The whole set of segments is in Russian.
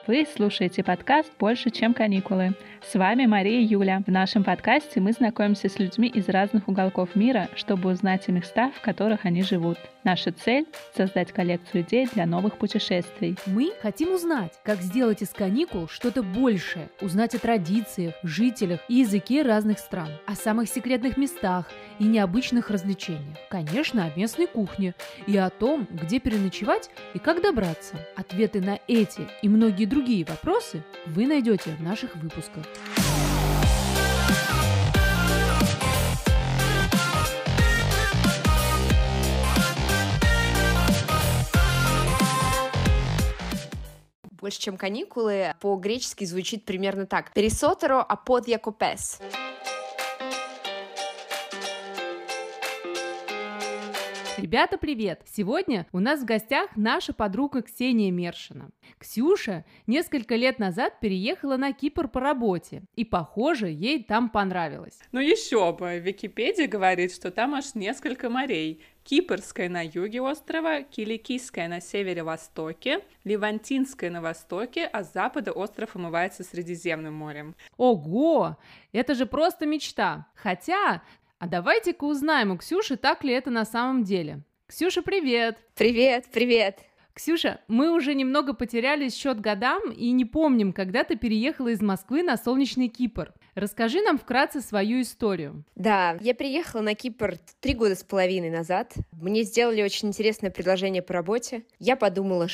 Вы слушаете подкаст «Больше, чем каникулы». С вами Мария и Юля. В нашем подкасте мы знакомимся с людьми из разных уголков мира, чтобы узнать о местах, в которых они живут. Наша цель — создать коллекцию идей для новых путешествий. Мы хотим узнать, как сделать из каникул что-то большее, узнать о традициях, жителях и языке разных стран, о самых секретных местах и необычных развлечениях. Конечно, о местной кухне и о том, где переночевать и как добраться. Ответы на эти и многие другие вопросы вы найдете в наших выпусках. Больше, чем каникулы, по-гречески звучит примерно так. «Περισσότερο από διακοπές». Ребята, привет! Сегодня у нас в гостях наша подруга Ксения Мершина. Ксюша несколько лет назад переехала на Кипр по работе, и, похоже, ей там понравилось. Ну еще бы, Википедия говорит, что там аж несколько морей. Кипрское на юге острова, Киликийское на северо-востоке, Левантинское на востоке, а с запада остров омывается Средиземным морем. Ого! Это же просто мечта! Хотя... А давайте-ка узнаем у Ксюши, так ли это на самом деле. Ксюша, привет! Привет, привет! Ксюша, мы уже немного потеряли счет годам и не помним, когда ты переехала из Москвы на солнечный Кипр. Расскажи нам вкратце свою историю. Да, я приехала на Кипр 3 года с половиной назад. Мне сделали очень интересное предложение по работе. Я подумала,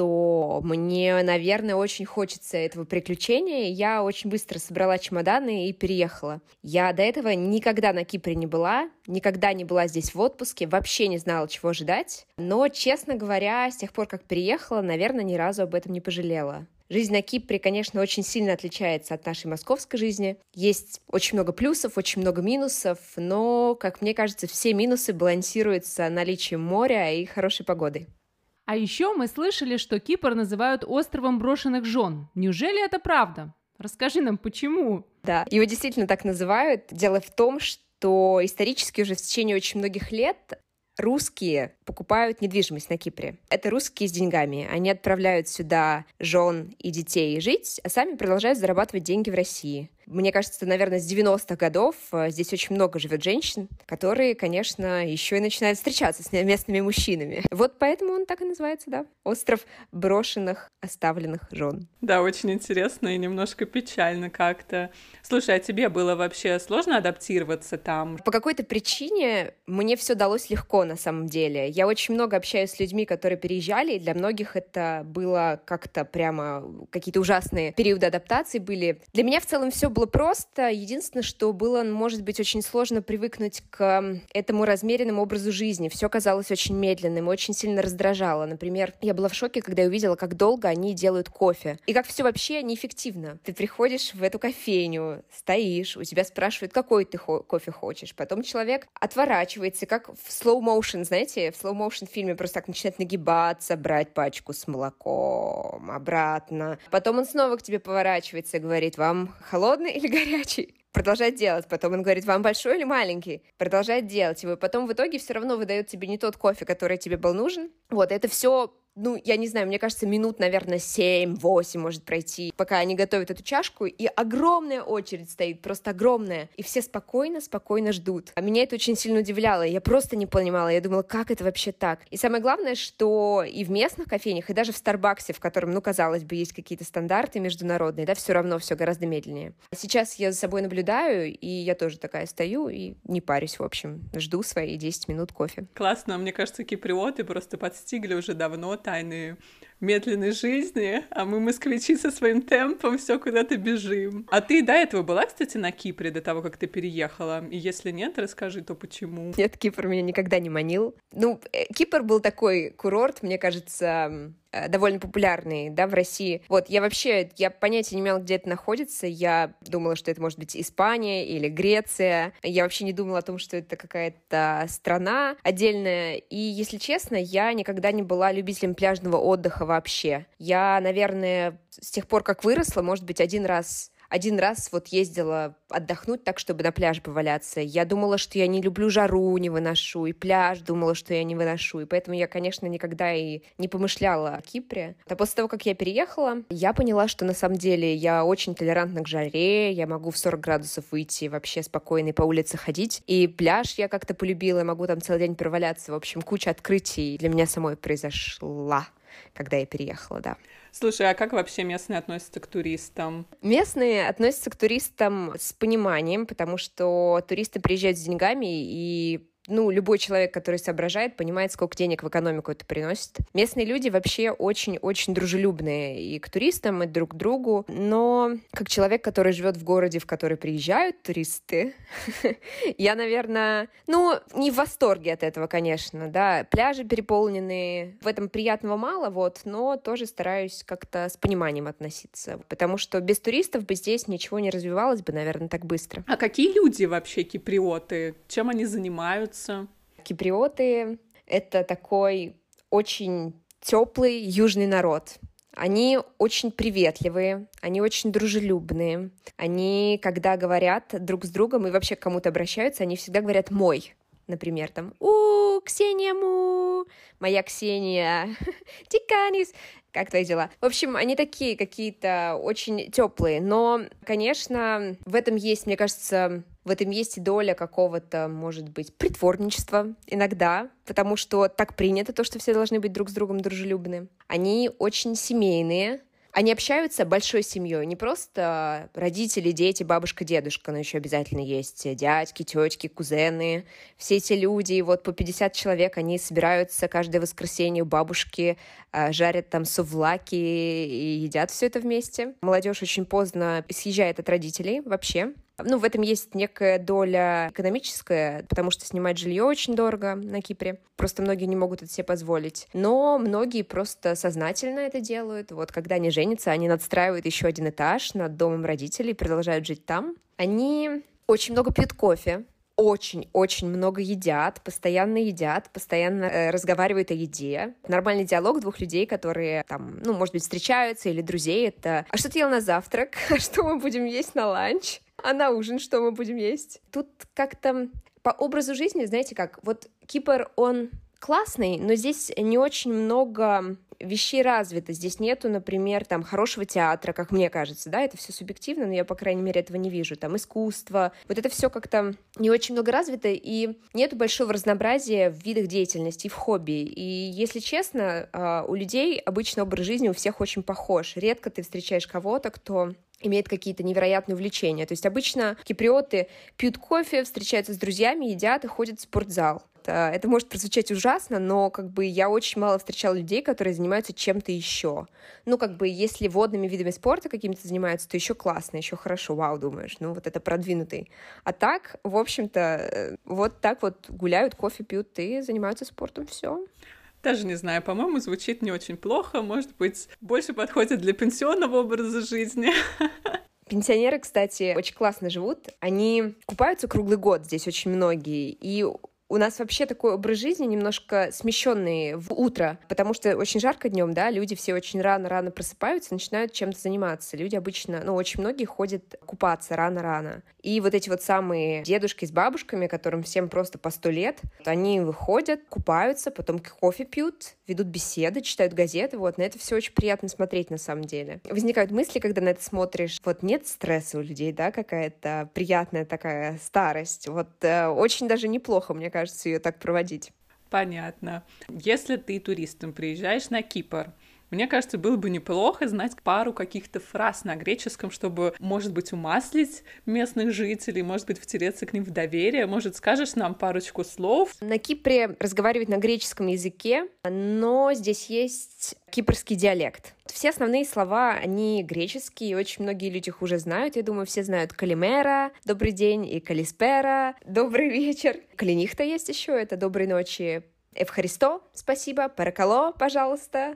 что мне, наверное, очень хочется этого приключения. Я очень быстро собрала чемоданы и переехала. Я до этого никогда на Кипре не была, никогда не была здесь в отпуске, вообще не знала, чего ожидать. Но, честно говоря, с тех пор, как переехала, наверное, ни разу об этом не пожалела. Жизнь на Кипре, конечно, очень сильно отличается от нашей московской жизни. Есть очень много плюсов, очень много минусов, но, как мне кажется, все минусы балансируются наличием моря и хорошей погодой. А еще мы слышали, что Кипр называют островом брошенных жен. Неужели это правда? Расскажи нам, почему? Да, его действительно так называют. Дело в том, что исторически уже в течение очень многих лет русские покупают недвижимость на Кипре. Это русские с деньгами. Они отправляют сюда жен и детей жить, а сами продолжают зарабатывать деньги в России. Мне кажется, наверное, с 90-х годов здесь очень много живет женщин, которые, конечно, еще и начинают встречаться с местными мужчинами. Вот поэтому он так и называется, да. Остров брошенных, оставленных жен. Да, очень интересно и немножко печально как-то. Слушай, а тебе было вообще сложно адаптироваться там? По какой-то причине мне все далось легко на самом деле. Я очень много общаюсь с людьми, которые переезжали, и для многих это было как-то прямо какие-то ужасные периоды адаптации были. Для меня в целом все было просто. Единственное, что было, может быть, очень сложно привыкнуть к этому размеренному образу жизни. Все казалось очень медленным, очень сильно раздражало. Например, я была в шоке, когда я увидела, как долго они делают кофе. И как все вообще неэффективно. Ты приходишь в эту кофейню, стоишь, у тебя спрашивают, какой ты кофе хочешь. Потом человек отворачивается, как в slow motion, знаете, в slow motion фильме просто так начинает нагибаться, брать пачку с молоком обратно. Потом он снова к тебе поворачивается и говорит, вам холодный или горячий? Продолжать делать. Потом он говорит, вам большой или маленький? Продолжать делать его. Потом в итоге все равно выдает тебе не тот кофе, который тебе был нужен. Вот, это все... я не знаю, мне кажется, минут, наверное, 7-8 может пройти, пока они готовят эту чашку, и огромная очередь стоит, просто огромная, и все спокойно ждут. А меня это очень сильно удивляло, я просто не понимала, я думала, как это вообще так? И самое главное, что и в местных кофейнях, и даже в Старбаксе, в котором, казалось бы, есть какие-то стандарты международные, да, все равно все гораздо медленнее. Сейчас я за собой наблюдаю, и я тоже такая стою и не парюсь, в общем, жду свои 10 минут кофе. Классно, мне кажется, киприоты просто подстигли уже давно тайны медленной жизни, а мы, москвичи, со своим темпом все куда-то бежим. А ты до этого была, кстати, на Кипре, до того, как ты переехала? И если нет, расскажи, то почему? Нет, Кипр меня никогда не манил. Кипр был такой курорт, мне кажется, довольно популярный, да, в России. Вот, я понятия не имела, где это находится. Я думала, что это может быть Испания или Греция. Я вообще не думала о том, что это какая-то страна отдельная. И, если честно, я никогда не была любителем пляжного отдыха вообще. Я, наверное, с тех пор, как выросла, может быть, один раз один раз вот ездила отдохнуть так, чтобы на пляж поваляться. Я думала, что я не люблю жару, не выношу, и пляж думала, что я не выношу. И поэтому я, конечно, никогда и не помышляла о Кипре. А после того, как я переехала, я поняла, что на самом деле я очень толерантна к жаре, я могу в 40 градусов выйти вообще спокойно и по улице ходить. И пляж я как-то полюбила, я могу там целый день проваляться. В общем, куча открытий для меня самой произошла, когда я переехала, да. Слушай, а как вообще местные относятся к туристам? Местные относятся к туристам с пониманием, потому что туристы приезжают с деньгами, и любой человек, который соображает, понимает, сколько денег в экономику это приносит. Местные люди вообще очень-очень дружелюбные и к туристам, и друг к другу. Но как человек, который живет в городе, в который приезжают туристы, я, наверное, не в восторге от этого, конечно, да. Пляжи переполнены, в этом приятного мало, но тоже стараюсь как-то с пониманием относиться, потому что без туристов бы здесь ничего не развивалось бы, наверное, так быстро. А какие люди вообще киприоты? Чем они занимаются? Киприоты — это такой очень теплый южный народ. Они очень приветливые, они очень дружелюбные. Они, когда говорят друг с другом и вообще к кому-то обращаются, они всегда говорят «мой». Например, там Ксения, моя Ксения, Тиканис, как твои дела? В общем, они такие какие-то очень теплые, но, конечно, в этом есть, мне кажется, и доля какого-то, может быть, притворничества иногда, потому что так принято, то, что все должны быть друг с другом дружелюбны. Они очень семейные. Они общаются большой семьей, не просто родители, дети, бабушка, дедушка, но еще обязательно есть дядьки, тетки, кузены. Все эти люди, вот по 50 человек, они собираются каждое воскресенье у бабушки, жарят там сувлаки и едят все это вместе. Молодежь очень поздно съезжает от родителей вообще. В этом есть некая доля экономическая, потому что снимать жилье очень дорого на Кипре. Просто многие не могут это себе позволить. Но многие просто сознательно это делают. Вот когда они женятся, они надстраивают еще один этаж над домом родителей, продолжают жить там. Они очень много пьют кофе. Очень-очень много едят, постоянно разговаривают о еде. Нормальный диалог двух людей, которые там, может быть, встречаются, или друзей, это «А что ты ел на завтрак? А что мы будем есть на ланч? А на ужин что мы будем есть?» Тут как-то по образу жизни, знаете как, вот Кипр, он классный, но здесь не очень много вещей развито. Здесь нету, например, там, хорошего театра, как мне кажется, да, это все субъективно, но я, по крайней мере, этого не вижу. Там искусство, вот это все как-то не очень много развито, и нету большого разнообразия в видах деятельности и в хобби. И, если честно, у людей обычно образ жизни у всех очень похож. Редко ты встречаешь кого-то, кто имеет какие-то невероятные увлечения. То есть обычно киприоты пьют кофе, встречаются с друзьями, едят и ходят в спортзал. Это может прозвучать ужасно, но я очень мало встречала людей, которые занимаются чем-то еще. Если водными видами спорта какими-то занимаются, то еще классно, еще хорошо, вау, думаешь, вот это продвинутый. А так, в общем-то, вот так вот гуляют, кофе пьют и занимаются спортом, все. Даже не знаю, по-моему, звучит не очень плохо, может быть, больше подходит для пенсионного образа жизни. Пенсионеры, кстати, очень классно живут, они купаются круглый год, здесь очень многие, и у нас вообще такой образ жизни немножко смещенный в утро, потому что очень жарко днем, да, люди все очень рано-рано просыпаются, начинают чем-то заниматься. Люди обычно, очень многие ходят купаться рано-рано. И вот эти вот самые дедушки с бабушками, которым всем просто по 100 лет, они выходят, купаются, потом кофе пьют, ведут беседы, читают газеты, на это все очень приятно смотреть на самом деле. Возникают мысли, когда на это смотришь, нет стресса у людей, да, какая-то приятная такая старость, очень даже неплохо, мне кажется, ее так проводить. Понятно. Если ты туристом приезжаешь на Кипр, мне кажется, было бы неплохо знать пару каких-то фраз на греческом, чтобы, может быть, умаслить местных жителей, может быть, втереться к ним в доверие. Может, скажешь нам парочку слов? На Кипре разговаривают на греческом языке, но здесь есть кипрский диалект. Все основные слова, они греческие, и очень многие люди их уже знают. Я думаю, все знают «калимера», «добрый день» и «калиспера», «добрый вечер». «Калинихта» есть еще, это «доброй ночи». Эвхаристо, спасибо, паракало, пожалуйста.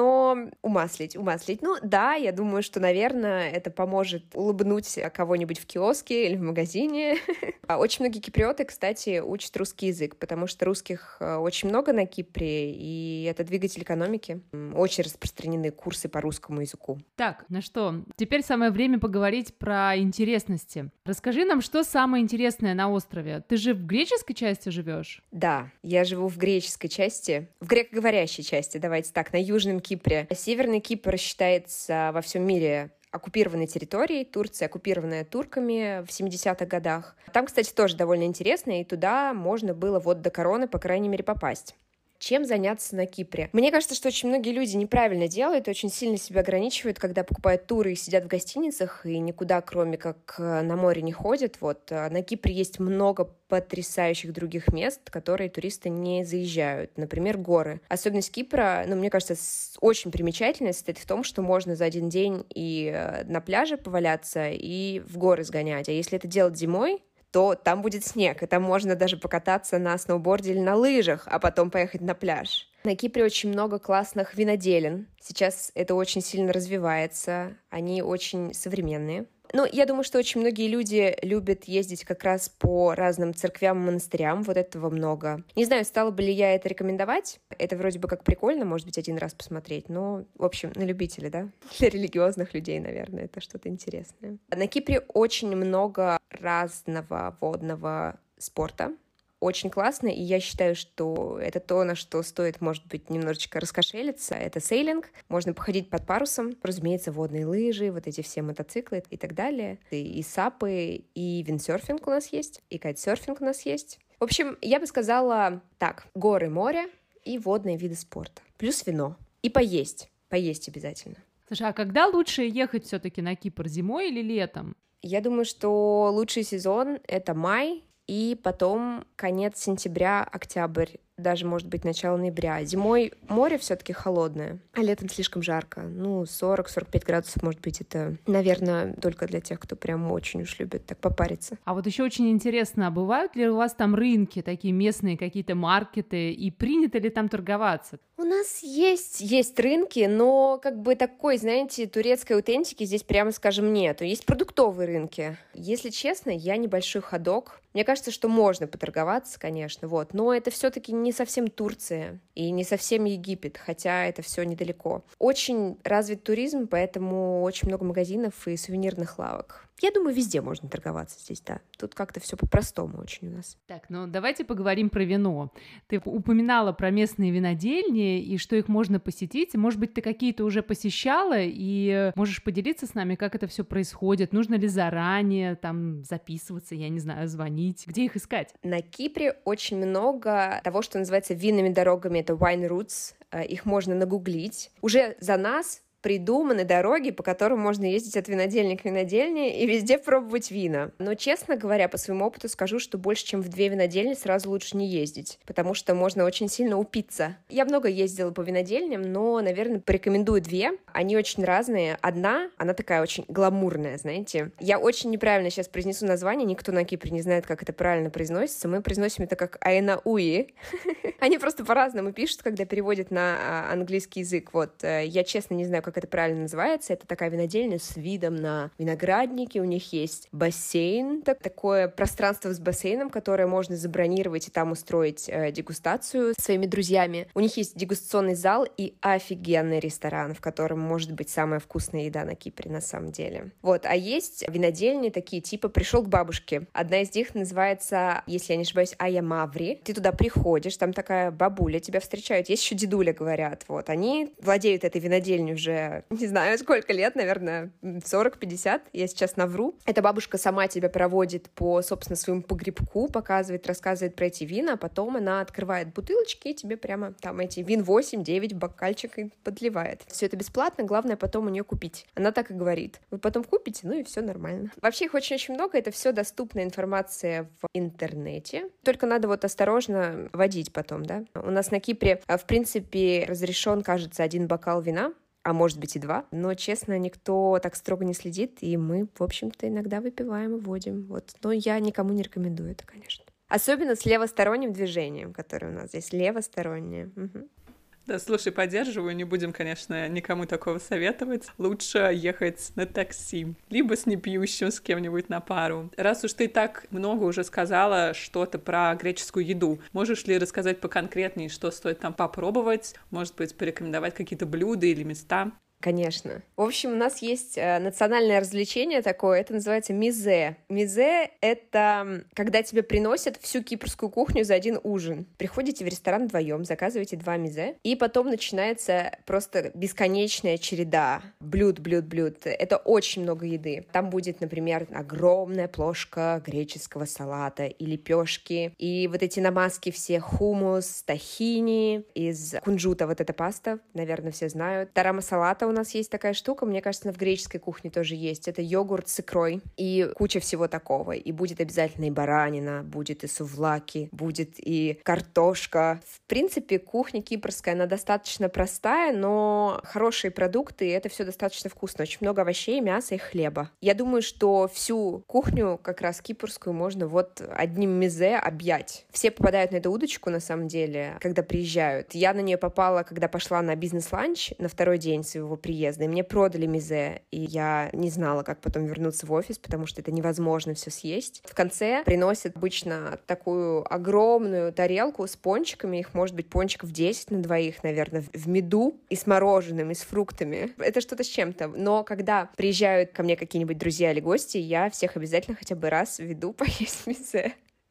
Но умаслить. Ну да, я думаю, что, наверное, это поможет улыбнуть кого-нибудь в киоске или в магазине. Очень многие киприоты, кстати, учат русский язык, потому что русских очень много на Кипре, и это двигатель экономики. Очень распространены курсы по русскому языку. Так, ну что, теперь самое время поговорить про интересности. Расскажи нам, что самое интересное на острове? Ты же в греческой части живешь? Да, я живу в греческой части, в грекоговорящей части, давайте так, на Южном Кипре. Северный Кипр считается во всем мире оккупированной территорией. Турция, оккупированная турками в 70-х годах. Там, кстати, тоже довольно интересно, и туда можно было вот до короны, по крайней мере, попасть. Чем заняться на Кипре? Мне кажется, что очень многие люди неправильно делают, очень сильно себя ограничивают, когда покупают туры и сидят в гостиницах и никуда, кроме как на море, не ходят. Вот на Кипре есть много потрясающих других мест, которые туристы не заезжают. Например, горы. Особенность Кипра, мне кажется, очень примечательная, состоит в том, что можно за один день и на пляже поваляться, и в горы сгонять. А если это делать зимой, то там будет снег, и там можно даже покататься на сноуборде или на лыжах, а потом поехать на пляж. На Кипре очень много классных виноделин. Сейчас это очень сильно развивается, они очень современные. Я думаю, что очень многие люди любят ездить как раз по разным церквям и монастырям, вот этого много. Не знаю, стала бы ли я это рекомендовать, это вроде бы как прикольно, может быть, один раз посмотреть, но, в общем, на любителей, да? Для религиозных людей, наверное, это что-то интересное. На Кипре очень много разного водного спорта. Очень классно, и я считаю, что это то, на что стоит, может быть, немножечко раскошелиться. Это сейлинг, можно походить под парусом, разумеется, водные лыжи, вот эти все мотоциклы и так далее. И сапы, и виндсерфинг у нас есть, и кайтсерфинг у нас есть. В общем, я бы сказала так, горы, море и водные виды спорта. Плюс вино. И поесть. Поесть обязательно. Слушай, а когда лучше ехать все-таки на Кипр, зимой или летом? Я думаю, что лучший сезон — это май, и потом конец сентября, октябрь, даже, может быть, начало ноября. Зимой море все-таки холодное, а летом слишком жарко. 40-45 градусов, может быть, это, наверное, только для тех, кто прям очень уж любит так попариться. А вот еще очень интересно, а бывают ли у вас там рынки, такие местные какие-то маркеты, и принято ли там торговаться? У нас есть рынки, но как бы такой, знаете, турецкой аутентики здесь, прямо скажем, нету. Есть продуктовые рынки. Если честно, я небольшой ходок. Мне кажется, что можно поторговаться, конечно, но это все-таки не совсем Турция и не совсем Египет, хотя это все недалеко. Очень развит туризм, поэтому очень много магазинов и сувенирных лавок. Я думаю, везде можно торговаться здесь, да. Тут как-то все по-простому очень у нас. Так, давайте поговорим про вино. Ты упоминала про местные винодельни и что их можно посетить. Может быть, ты какие-то уже посещала и можешь поделиться с нами, как это все происходит? Нужно ли заранее там записываться, я не знаю, звонить? Где их искать? На Кипре очень много того, что называется винными дорогами. Это wine routes. Их можно нагуглить. Уже за нас придуманы дороги, по которым можно ездить от винодельни к винодельне и везде пробовать вина. Но, честно говоря, по своему опыту скажу, что больше, чем в 2 винодельни сразу лучше не ездить, потому что можно очень сильно упиться. Я много ездила по винодельням, но, наверное, порекомендую 2. Они очень разные. Одна, она такая очень гламурная, знаете. Я очень неправильно сейчас произнесу название, никто на Кипре не знает, как это правильно произносится. Мы произносим это как Айнауи. Они просто по-разному пишут, когда переводят на английский язык. Я честно не знаю, как это правильно называется. Это такая винодельня с видом на виноградники. У них есть бассейн, такое пространство с бассейном, которое можно забронировать и там устроить дегустацию со своими друзьями. У них есть дегустационный зал и офигенный ресторан, в котором может быть самая вкусная еда на Кипре на самом деле. А есть винодельни такие, типа «Пришел к бабушке». Одна из них называется, если я не ошибаюсь, Айя Маври. Ты туда приходишь, там такая бабуля тебя встречают. Есть еще дедуля, говорят. Они владеют этой винодельней уже не знаю, сколько лет, наверное, 40-50, я сейчас навру. Эта бабушка сама тебя проводит по, собственно, своему погребку, показывает, рассказывает про эти вина, а потом она открывает бутылочки и тебе прямо там эти вин 8-9 в бокальчик и подливает. Все это бесплатно, главное потом у нее купить. Она так и говорит. Вы потом купите, и все нормально. Вообще их очень-очень много, это все доступная информация в интернете. Только надо осторожно водить потом, да. У нас на Кипре, в принципе, разрешен, кажется, 1 бокал вина, а может быть и 2. Но, честно, никто так строго не следит, и мы, в общем-то, иногда выпиваем и водим. Но я никому не рекомендую это, конечно. Особенно с левосторонним движением, которое у нас здесь левостороннее. Угу. Да, слушай, поддерживаю, не будем, конечно, никому такого советовать. Лучше ехать на такси, либо с непьющим, с кем-нибудь на пару. Раз уж ты так много уже сказала что-то про греческую еду, можешь ли рассказать поконкретнее, что стоит там попробовать? Может быть, порекомендовать какие-то блюда или места? Конечно. В общем, у нас есть национальное развлечение такое, это называется мизе. Мизе — это когда тебе приносят всю кипрскую кухню за один ужин. Приходите в ресторан вдвоем, заказываете 2 мизе, и потом начинается просто бесконечная череда блюд. Это очень много еды. Там будет, например, огромная плошка греческого салата и лепешки, и вот эти намазки все, хумус, тахини, из кунжута вот эта паста, наверное, все знают. Тарама салата у нас есть такая штука, мне кажется, в греческой кухне тоже есть. Это йогурт с икрой и куча всего такого. И будет обязательно и баранина, будет и сувлаки, будет и картошка. В принципе, кухня кипрская, она достаточно простая, но хорошие продукты, и это все достаточно вкусно. Очень много овощей, мяса и хлеба. Я думаю, что всю кухню, как раз кипрскую, можно вот одним мизе объять. Все попадают на эту удочку, на самом деле, когда приезжают. Я на нее попала, когда пошла на бизнес-ланч на второй день своего приезда, и мне продали мизе, и я не знала, как потом вернуться в офис, потому что это невозможно все съесть. В конце приносят обычно такую огромную тарелку с пончиками, их может быть пончиков 10 на двоих, наверное, в меду, и с мороженым, и с фруктами. Это что-то с чем-то. Но когда приезжают ко мне какие-нибудь друзья или гости, я всех обязательно хотя бы раз веду поесть мизе.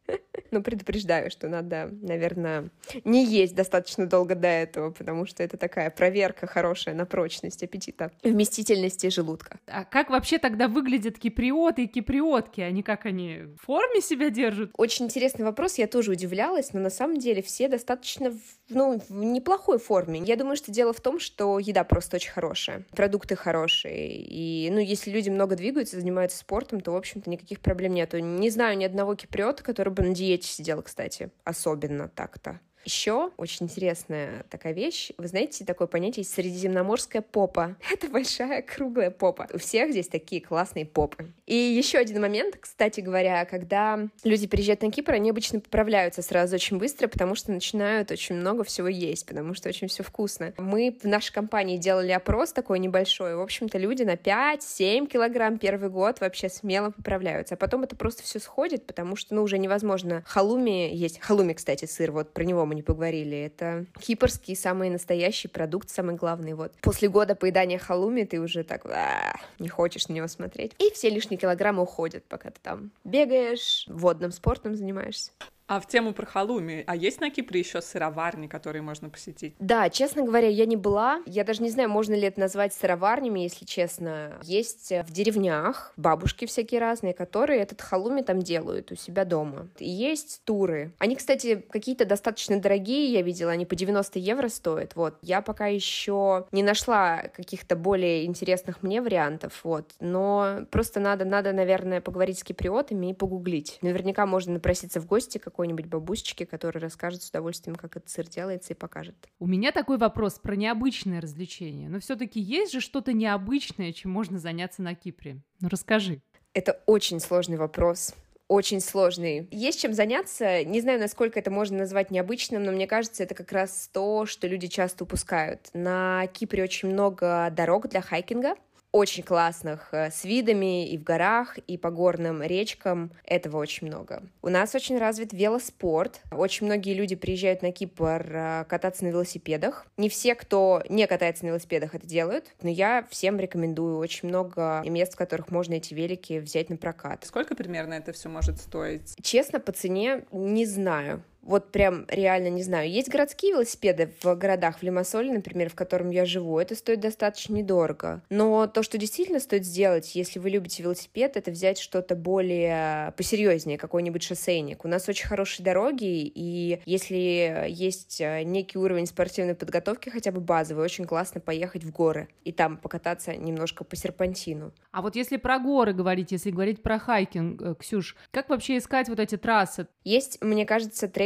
Но предупреждаю, что надо, наверное, не есть достаточно долго до этого, потому что это такая проверка хорошая на прочность аппетита, вместительности желудка. А как вообще тогда выглядят киприоты и киприотки? Как они в форме себя держат? Очень интересный вопрос, я тоже удивлялась, но на самом деле все достаточно в неплохой форме. Я думаю, что дело в том, что еда просто очень хорошая, продукты хорошие, и, если люди много двигаются, занимаются спортом, то, в общем-то, никаких проблем нету. Не знаю ни одного киприота, который бы на диете сидел, кстати, особенно так-то. Еще очень интересная такая вещь. Вы знаете, такое понятие есть средиземноморская попа. Это большая круглая попа. У всех здесь такие классные попы. И еще один момент, кстати говоря, когда люди приезжают на Кипр, они обычно поправляются сразу очень быстро, потому что начинают очень много всего есть, потому что очень все вкусно. Мы в нашей компании делали опрос такой небольшой. В общем-то, люди на 5-7 килограмм первый год вообще смело поправляются. А потом это просто все сходит, потому что, уже невозможно халуми есть. Халуми, кстати, сыр, вот про него мы не поговорили. Это кипрский самый настоящий продукт, самый главный. Вот. После года поедания халуми ты уже так не хочешь на него смотреть. И все лишние килограммы уходят, пока ты там бегаешь, водным спортом занимаешься. А в тему про халуми, есть на Кипре еще сыроварни, которые можно посетить? Да, честно говоря, я не была. Я даже не знаю, можно ли это назвать сыроварнями, если честно. Есть в деревнях бабушки всякие разные, которые этот халуми там делают у себя дома. И есть туры. Они, кстати, какие-то достаточно дорогие, я видела, они по 90 евро стоят. Вот. Я пока еще не нашла каких-то более интересных мне вариантов, вот. Но просто надо, наверное, поговорить с киприотами и погуглить. Наверняка можно напроситься в гости какой-нибудь бабусечки, которая расскажет с удовольствием, как этот сыр делается, и покажет. У меня такой вопрос про необычное развлечение. Но все-таки есть же что-то необычное, чем можно заняться на Кипре? Расскажи. Это очень сложный вопрос. Очень сложный. Есть чем заняться. Не знаю, насколько это можно назвать необычным, но мне кажется, это как раз то, что люди часто упускают. На Кипре очень много дорог для хайкинга, очень классных, с видами и в горах, и по горным речкам. Этого очень много. У нас очень развит велоспорт. Очень многие люди приезжают на Кипр кататься на велосипедах. Не все, кто не катается на велосипедах, это делают, но я всем рекомендую. Очень много мест, в которых можно эти велики взять на прокат. Сколько примерно это все может стоить? Честно, по цене не знаю. Вот прям реально не знаю. Есть городские велосипеды в городах, в Лимассоле, например, в котором я живу. Это стоит достаточно недорого. Но то, что действительно стоит сделать, если вы любите велосипед, это взять что-то более посерьезнее, какой-нибудь шоссейник. У нас очень хорошие дороги, и если есть некий уровень спортивной подготовки, хотя бы базовый, очень классно поехать в горы и там покататься немножко по серпантину. А вот если про горы говорить, если говорить про хайкинг, Ксюш, как вообще искать вот эти трассы? Есть, мне кажется, треки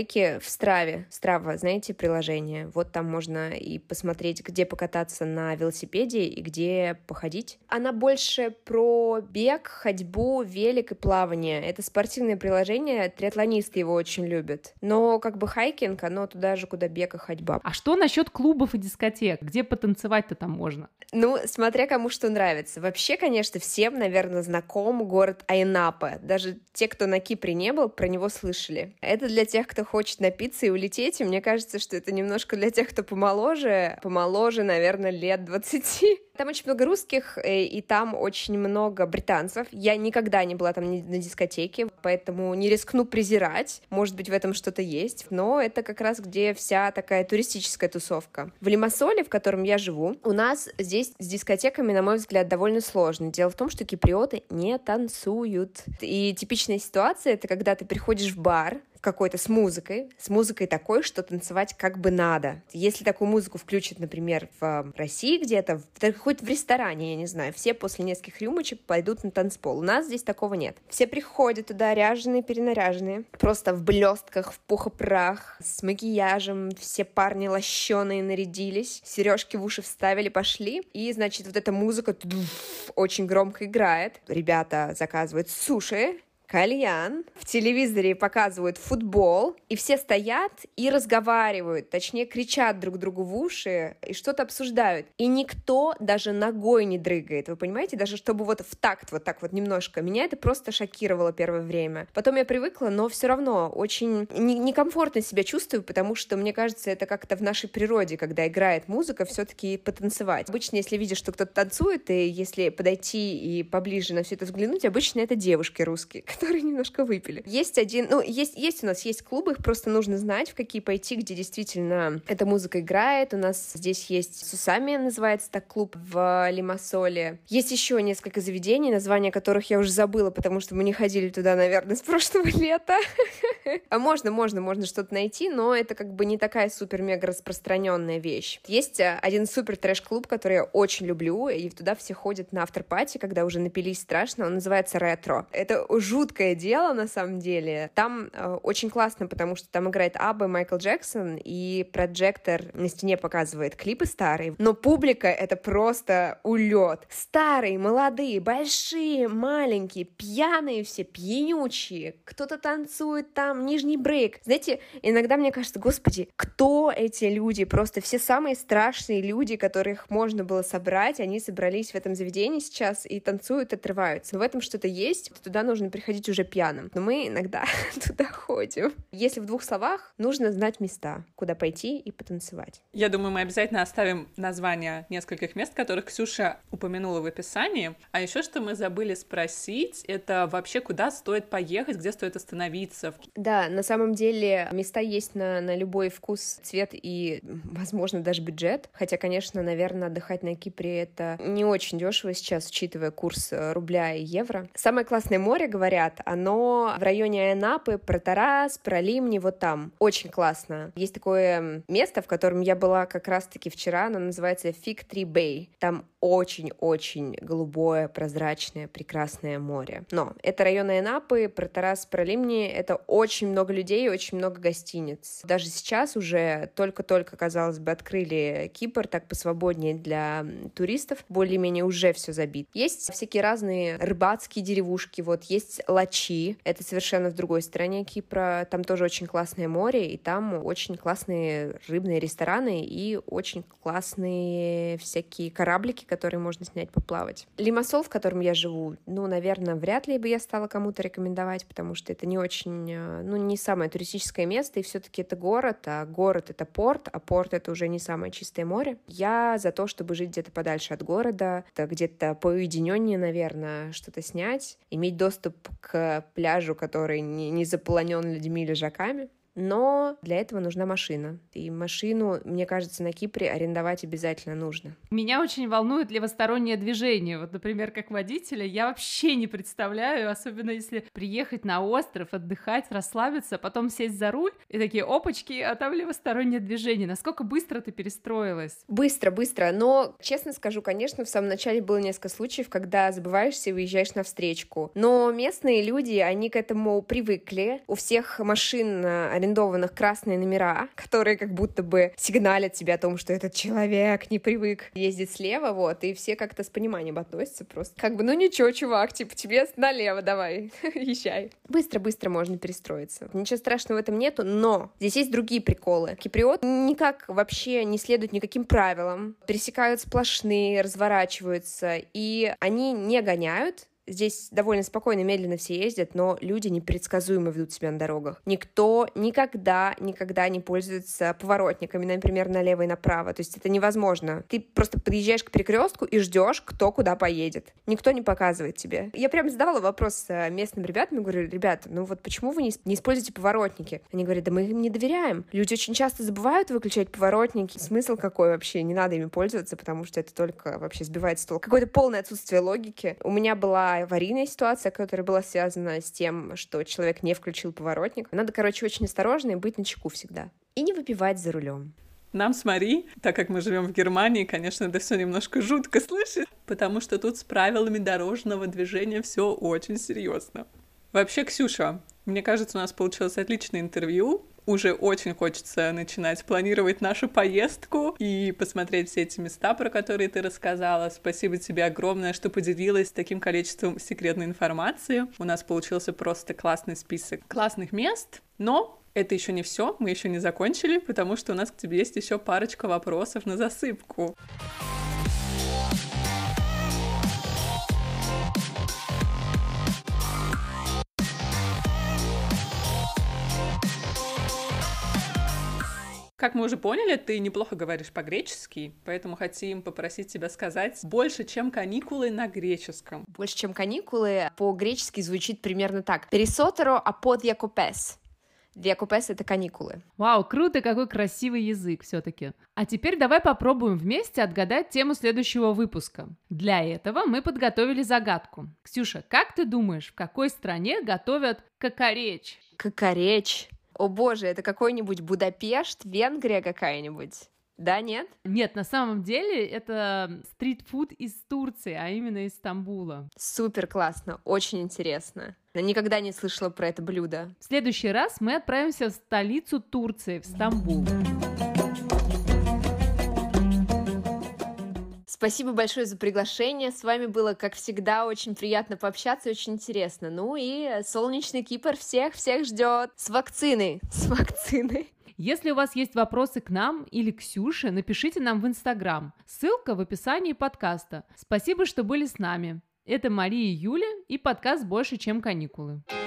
дискотеки в Страве. Страва, знаете, приложение. Вот там можно и посмотреть, где покататься на велосипеде и где походить. Она больше про бег, ходьбу, велик и плавание. Это спортивное приложение, триатлонисты его очень любят. Но как бы хайкинг, оно туда же, куда бег и ходьба. А что насчет клубов и дискотек? Где потанцевать-то там можно? Ну, смотря кому что нравится. Вообще, конечно, всем, наверное, знаком город Айнапа. Даже те, кто на Кипре не был, про него слышали. Это для тех, кто хочет напиться и улететь, и мне кажется, что это немножко для тех, кто помоложе, наверное, лет 20. Там очень много русских, и там очень много британцев. Я никогда не была там на дискотеке, поэтому не рискну презирать. Может быть, в этом что-то есть. Но это как раз где вся такая туристическая тусовка. В Лимассоле, в котором я живу, у нас здесь с дискотеками, на мой взгляд, довольно сложно. Дело в том, что киприоты не танцуют. И типичная ситуация — это когда ты приходишь в бар, какой-то с музыкой такой, что танцевать как бы надо. Если такую музыку включат, например, в России где-то, хоть в ресторане, я не знаю, все после нескольких рюмочек пойдут на танцпол. У нас здесь такого нет. Все приходят туда ряженые, перенаряженные, просто в блестках, в пух и прах, с макияжем, все парни лощеные нарядились, сережки в уши вставили, пошли, и, значит, вот эта музыка очень громко играет. Ребята заказывают суши, кальян, в телевизоре показывают футбол, и все стоят и разговаривают, точнее, кричат друг другу в уши и что-то обсуждают. И никто даже ногой не дрыгает, вы понимаете? Даже чтобы вот в такт, вот так вот немножко. Меня это просто шокировало первое время. Потом я привыкла, но все равно очень некомфортно себя чувствую, потому что, мне кажется, это как-то в нашей природе, когда играет музыка, все-таки потанцевать. Обычно, если видишь, что кто-то танцует, и если подойти и поближе на все это взглянуть, обычно это девушки русские, которые немножко выпили. Есть у нас есть клубы, их просто нужно знать, в какие пойти, где действительно эта музыка играет. У нас здесь есть Сусами, называется так клуб в Лимассоле. Есть еще несколько заведений, названия которых я уже забыла, потому что мы не ходили туда, наверное, с прошлого лета. А можно что-то найти, но это как бы не такая супер-мега распространенная вещь. Есть один супер трэш-клуб, который я очень люблю, и туда все ходят на автор-пати, когда уже напились страшно. Он называется «Ретро». Это жуткое дело, на самом деле. Там очень классно, потому что там играет Абба и Майкл Джексон, и проджектор на стене показывает клипы старые, но публика — это просто улет. Старые, молодые, большие, маленькие, пьяные все, пьянючие. Кто-то танцует там, нижний брейк. Знаете, иногда мне кажется, господи, кто эти люди? Просто все самые страшные люди, которых можно было собрать, они собрались в этом заведении сейчас и танцуют, отрываются. Но в этом что-то есть. Туда нужно приходить уже пьяным. Но мы иногда туда ходим. Если в двух словах, нужно знать места, куда пойти и потанцевать. Я думаю, мы обязательно оставим названия нескольких мест, которых Ксюша упомянула в описании. А еще что мы забыли спросить, это вообще куда стоит поехать, где стоит остановиться. Да, на самом деле места есть на любой вкус, цвет и, возможно, даже бюджет. Хотя, конечно, наверное, отдыхать на Кипре это не очень дешево сейчас, учитывая курс рубля и евро. Самое классное море, говорят, оно в районе Айнапы, про Тарас, про Лимни, вот там. Очень классно. Есть такое место, в котором я была как раз-таки вчера, оно называется Fig Tree Bay. Там очень-очень голубое, прозрачное, прекрасное море. Но это район Айнапы, про Тарас, про Лимни, это очень много людей, очень много гостиниц. Даже сейчас уже только-только, казалось бы, открыли Кипр так посвободнее для туристов, более-менее уже все забито. Есть всякие разные рыбацкие деревушки, вот есть Лачи, это совершенно в другой стороне Кипра, там тоже очень классное море, и там очень классные рыбные рестораны и очень классные всякие кораблики, которые можно снять, поплавать. Лимассол, в котором я живу, наверное, вряд ли бы я стала кому-то рекомендовать, потому что это не очень, не самое туристическое место, и все-таки это город, а город — это порт, а порт — это уже не самое чистое море. Я за то, чтобы жить где-то подальше от города, где-то поуединеннее, наверное, что-то снять, иметь доступ к пляжу, который не заполонен людьми и лежаками. Но для этого нужна машина. И машину, мне кажется, на Кипре арендовать обязательно нужно. Меня очень волнует левостороннее движение. Вот, например, как водителя, я вообще не представляю, особенно если приехать на остров, отдыхать, расслабиться, потом сесть за руль, и такие опачки, а там левостороннее движение. Насколько быстро ты перестроилась? Быстро. Но, честно скажу, конечно, в самом начале было несколько случаев, когда забываешься и выезжаешь на встречку. Но местные люди, они к этому привыкли. У всех машин арендованных арендованных красные номера, которые как будто бы сигналят тебе о том, что этот человек не привык ездить слева, вот, и все как-то с пониманием относятся просто. Как бы, ну ничего, чувак, типа, тебе налево давай, езжай. Быстро-быстро можно перестроиться. Ничего страшного в этом нету, но здесь есть другие приколы. Киприоты никак вообще не следуют никаким правилам, пересекают сплошные, разворачиваются, и они не гоняют. Здесь довольно спокойно, медленно все ездят, но люди непредсказуемо ведут себя на дорогах. Никто никогда не пользуется поворотниками, например, налево и направо. То есть это невозможно. Ты просто подъезжаешь к перекрестку и ждешь, кто куда поедет. Никто не показывает тебе. Я прям задавала вопрос местным ребятам, я говорю: ребята, ну вот почему вы не используете поворотники? Они говорят: да мы им не доверяем. Люди очень часто забывают выключать поворотники. Смысл какой вообще? Не надо ими пользоваться, потому что это только вообще сбивает с толку. Какое-то полное отсутствие логики. У меня была аварийная ситуация, которая была связана с тем, что человек не включил поворотник. Надо, короче, очень осторожно и быть начеку всегда. И не выпивать за рулем. Нам с Мари, так как мы живем в Германии, конечно, это все немножко жутко слышать, потому что тут с правилами дорожного движения все очень серьезно. Вообще, Ксюша, мне кажется, у нас получилось отличное интервью. Уже очень хочется начинать планировать нашу поездку и посмотреть все эти места, про которые ты рассказала. Спасибо тебе огромное, что поделилась таким количеством секретной информации. У нас получился просто классный список классных мест, но это еще не все, мы еще не закончили, потому что у нас к тебе есть еще парочка вопросов на засыпку. Как мы уже поняли, ты неплохо говоришь по-гречески, поэтому хотим попросить тебя сказать больше, чем каникулы на греческом. Больше, чем каникулы, по-гречески звучит примерно так. «Пересотеро апо дιακοπές». Дιακοπές — это каникулы. Вау, круто, какой красивый язык все-таки. А теперь давай попробуем вместе отгадать тему следующего выпуска. Для этого мы подготовили загадку. Ксюша, как ты думаешь, в какой стране готовят кокореч? Кокореч. О боже, это какой-нибудь Будапешт, Венгрия какая-нибудь? Да, нет? Нет, на самом деле это стритфуд из Турции, а именно из Стамбула. Супер классно, очень интересно. Я никогда не слышала про это блюдо. В следующий раз мы отправимся в столицу Турции, в Стамбул. Спасибо большое за приглашение. С вами было, как всегда, очень приятно пообщаться и очень интересно. Ну и солнечный Кипр всех ждет. С вакциной. Если у вас есть вопросы к нам или к Ксюше, напишите нам в Инстаграм. Ссылка в описании подкаста. Спасибо, что были с нами. Это Мария и Юля и подкаст «Больше, чем каникулы».